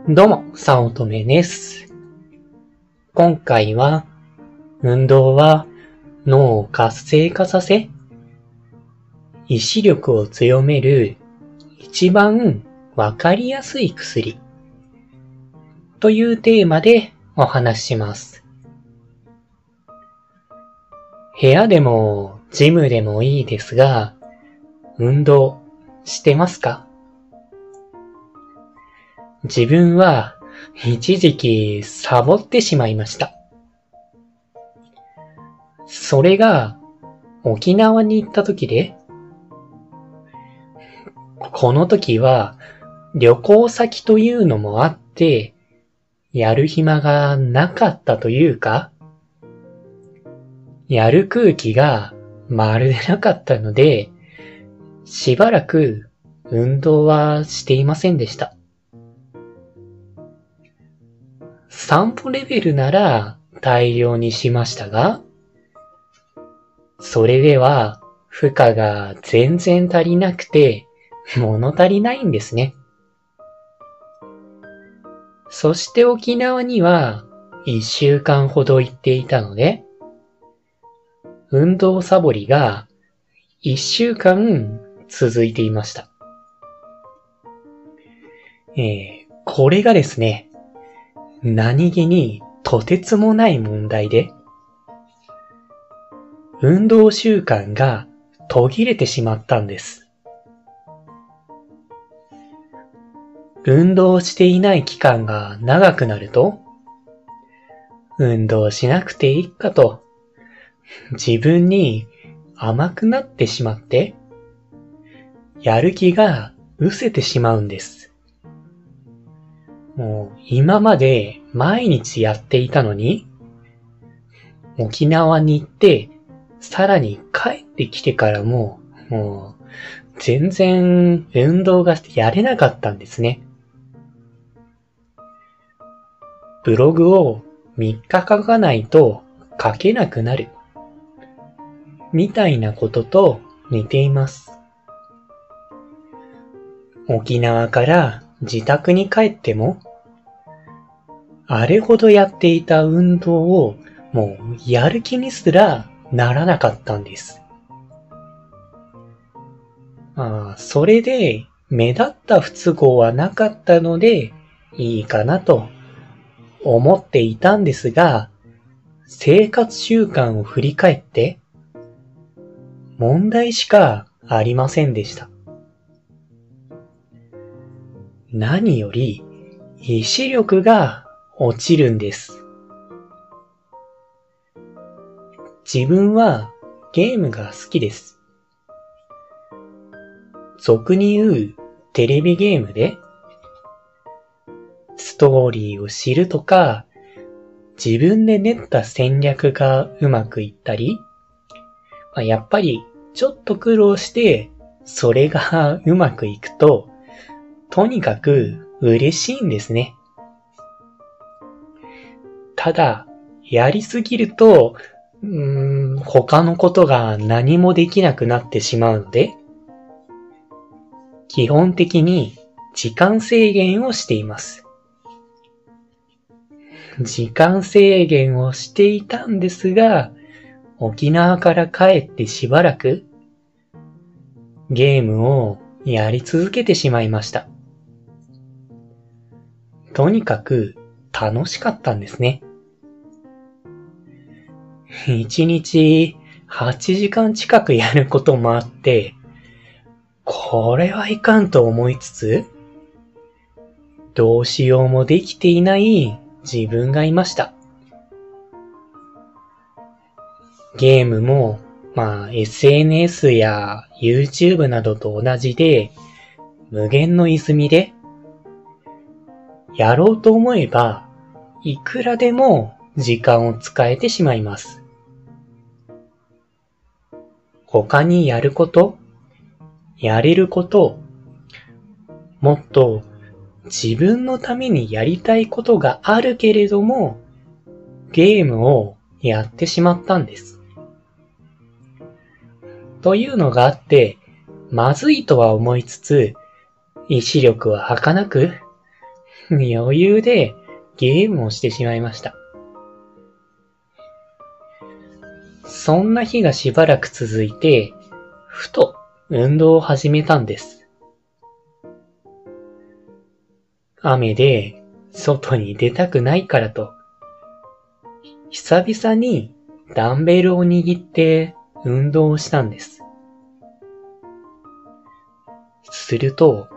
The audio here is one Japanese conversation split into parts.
どうも、早乙女です。今回は、運動は脳を活性化させ、意志力を強める一番わかりやすい薬というテーマでお話しします。部屋でもジムでもいいですが、運動してますか？自分は一時期サボってしまいました。それが沖縄に行った時で、この時は旅行先というのもあって、やる暇がなかったというか、やる空気がまるでなかったので、しばらく運動はしていませんでした。散歩レベルなら大量にしましたが、それでは負荷が全然足りなくて物足りないんですね。そして沖縄には1週間ほど行っていたので、運動サボりが1週間続いていました。これがですね、何気にとてつもない問題で、運動習慣が途切れてしまったんです。運動していない期間が長くなると、運動しなくていいかと自分に甘くなってしまって、やる気が失せてしまうんです。もう今まで毎日やっていたのに、沖縄に行ってさらに帰ってきてからもう全然運動がやれなかったんですね。ブログを3日書かないと書けなくなる。みたいなことと似ています。沖縄から自宅に帰っても、あれほどやっていた運動をもうやる気にすらならなかったんです。それで目立った不都合はなかったのでいいかなと思っていたんですが、生活習慣を振り返って問題しかありませんでした。何より意志力が落ちるんです。自分はゲームが好きです。俗に言うテレビゲームでストーリーを知るとか、自分で練った戦略がうまくいったり、やっぱりちょっと苦労してそれがうまくいくと、とにかく嬉しいんですね。ただ、やりすぎると、他のことが何もできなくなってしまうので、基本的に時間制限をしています。時間制限をしていたんですが、沖縄から帰ってしばらくゲームをやり続けてしまいました。とにかく楽しかったんですね。1日8時間近くやることもあって、これはいかんと思いつつ、どうしようもできていない自分がいました。ゲームも、SNS や YouTube などと同じで、無限の泉で、やろうと思えば、いくらでも時間を使えてしまいます。他にやること、やれること、もっと自分のためにやりたいことがあるけれども、ゲームをやってしまったんです。というのがあって、まずいとは思いつつ、意志力は儚く、 余裕でゲームをしてしまいました。そんな日がしばらく続いて、ふと運動を始めたんです。雨で外に出たくないからと、久々にダンベルを握って運動をしたんです。すると、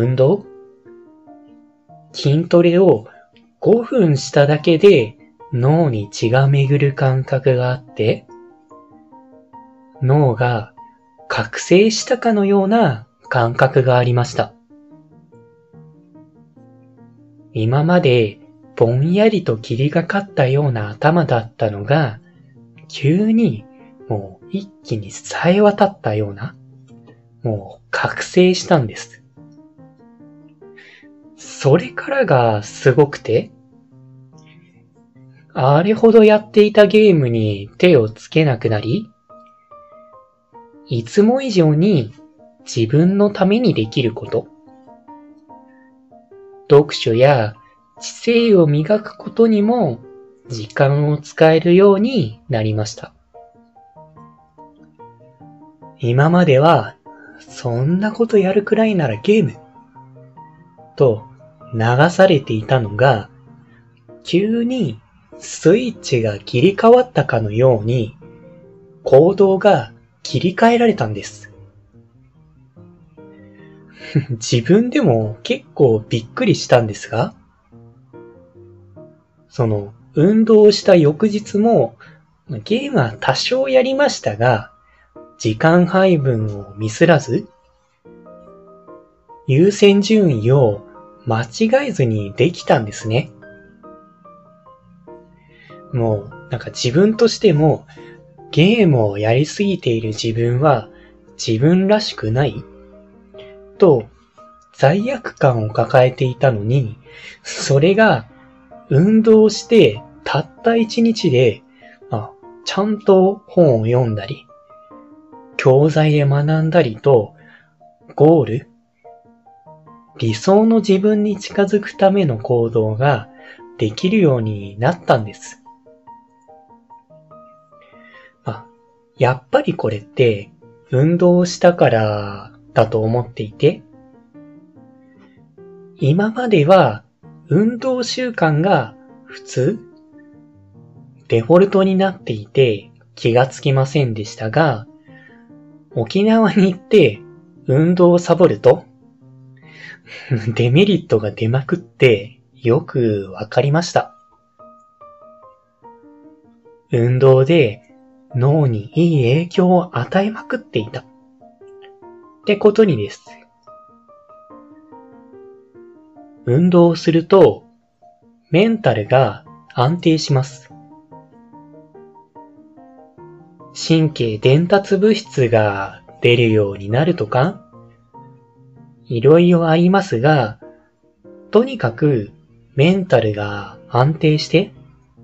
筋トレを5分しただけで脳に血が巡る感覚があって、脳が覚醒したかのような感覚がありました。今までぼんやりと霧がかったような頭だったのが、急にもう一気に冴え渡ったような、もう覚醒したんです。それからがすごくて、あれほどやっていたゲームに手をつけなくなり、いつも以上に自分のためにできること、読書や知性を磨くことにも時間を使えるようになりました。今までは、そんなことやるくらいならゲームと流されていたのが、急にスイッチが切り替わったかのように行動が切り替えられたんです。自分でも結構びっくりしたんですが、運動した翌日もゲームは多少やりましたが、時間配分をミスらず、優先順位を間違えずにできたんですね。もう自分としてもゲームをやりすぎている自分は自分らしくないと罪悪感を抱えていたのに、それが運動してたった1日で、ちゃんと本を読んだり、教材で学んだりと、ゴール、理想の自分に近づくための行動ができるようになったんです。やっぱりこれって運動したからだと思っていて、今までは運動習慣が普通、デフォルトになっていて気がつきませんでしたが、沖縄に行って運動をサボるとデメリットが出まくってよくわかりました。運動で脳にいい影響を与えまくっていたってことにです。運動をするとメンタルが安定します。神経伝達物質が出るようになるとか、いろいろありますが、とにかくメンタルが安定して、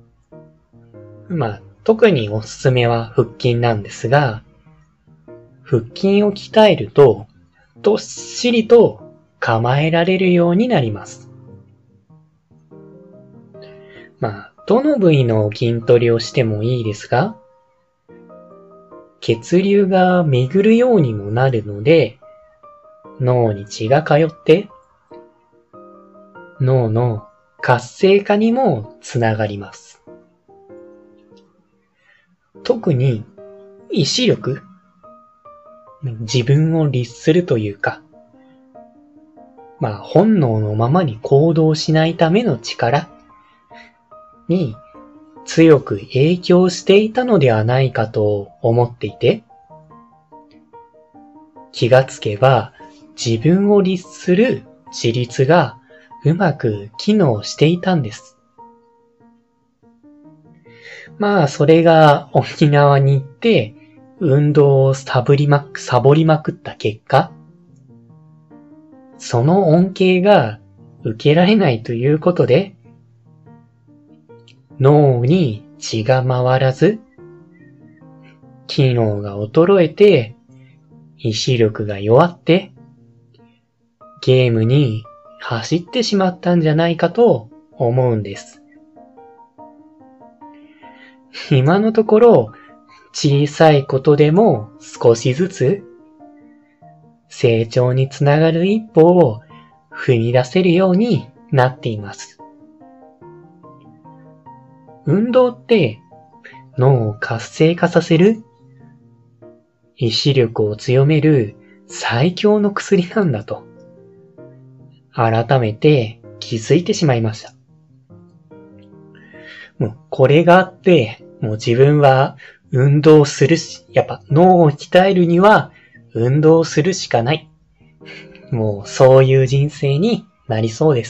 特におすすめは腹筋なんですが、腹筋を鍛えると、どっしりと構えられるようになります。どの部位の筋トレをしてもいいですが、血流が巡るようにもなるので、脳に血が通って、脳の活性化にもつながります。特に意志力、自分を律するというか、本能のままに行動しないための力に強く影響していたのではないかと思っていて、気がつけば自分を律する自律がうまく機能していたんです。それが沖縄に行って運動をサボりまくった結果、その恩恵が受けられないということで、脳に血が回らず、機能が衰えて、意志力が弱って、ゲームに走ってしまったんじゃないかと思うんです。今のところ、小さいことでも少しずつ成長につながる一歩を踏み出せるようになっています。運動って脳を活性化させる、意志力を強める最強の薬なんだと改めて気づいてしまいました。もうこれがあって、もう自分は運動するし、やっぱ脳を鍛えるには運動するしかない。もうそういう人生になりそうです。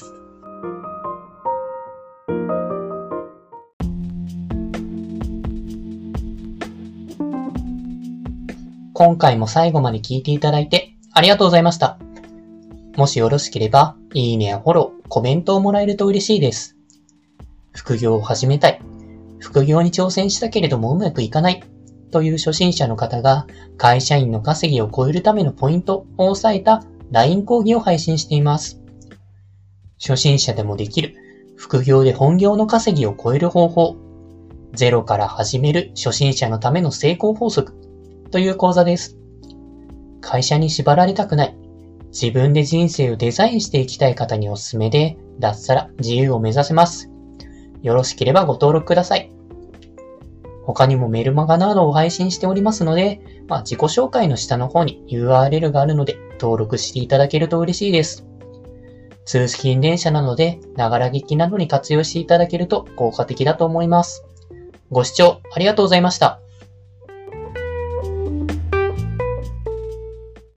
今回も最後まで聞いていただいてありがとうございました。もしよろしければ、いいねやフォロー、コメントをもらえると嬉しいです。副業を始めたい、副業に挑戦したけれどもうまくいかないという初心者の方が会社員の稼ぎを超えるためのポイントを押さえた LINE 講義を配信しています。初心者でもできる副業で本業の稼ぎを超える方法、ゼロから始める初心者のための成功法則という講座です。会社に縛られたくない、自分で人生をデザインしていきたい方におすすめで、脱サラ自由を目指せます。よろしければご登録ください。他にもメルマガなどを配信しておりますので、自己紹介の下の方に URL があるので登録していただけると嬉しいです。通勤電車なので、ながら聞きなどに活用していただけると効果的だと思います。ご視聴ありがとうございました。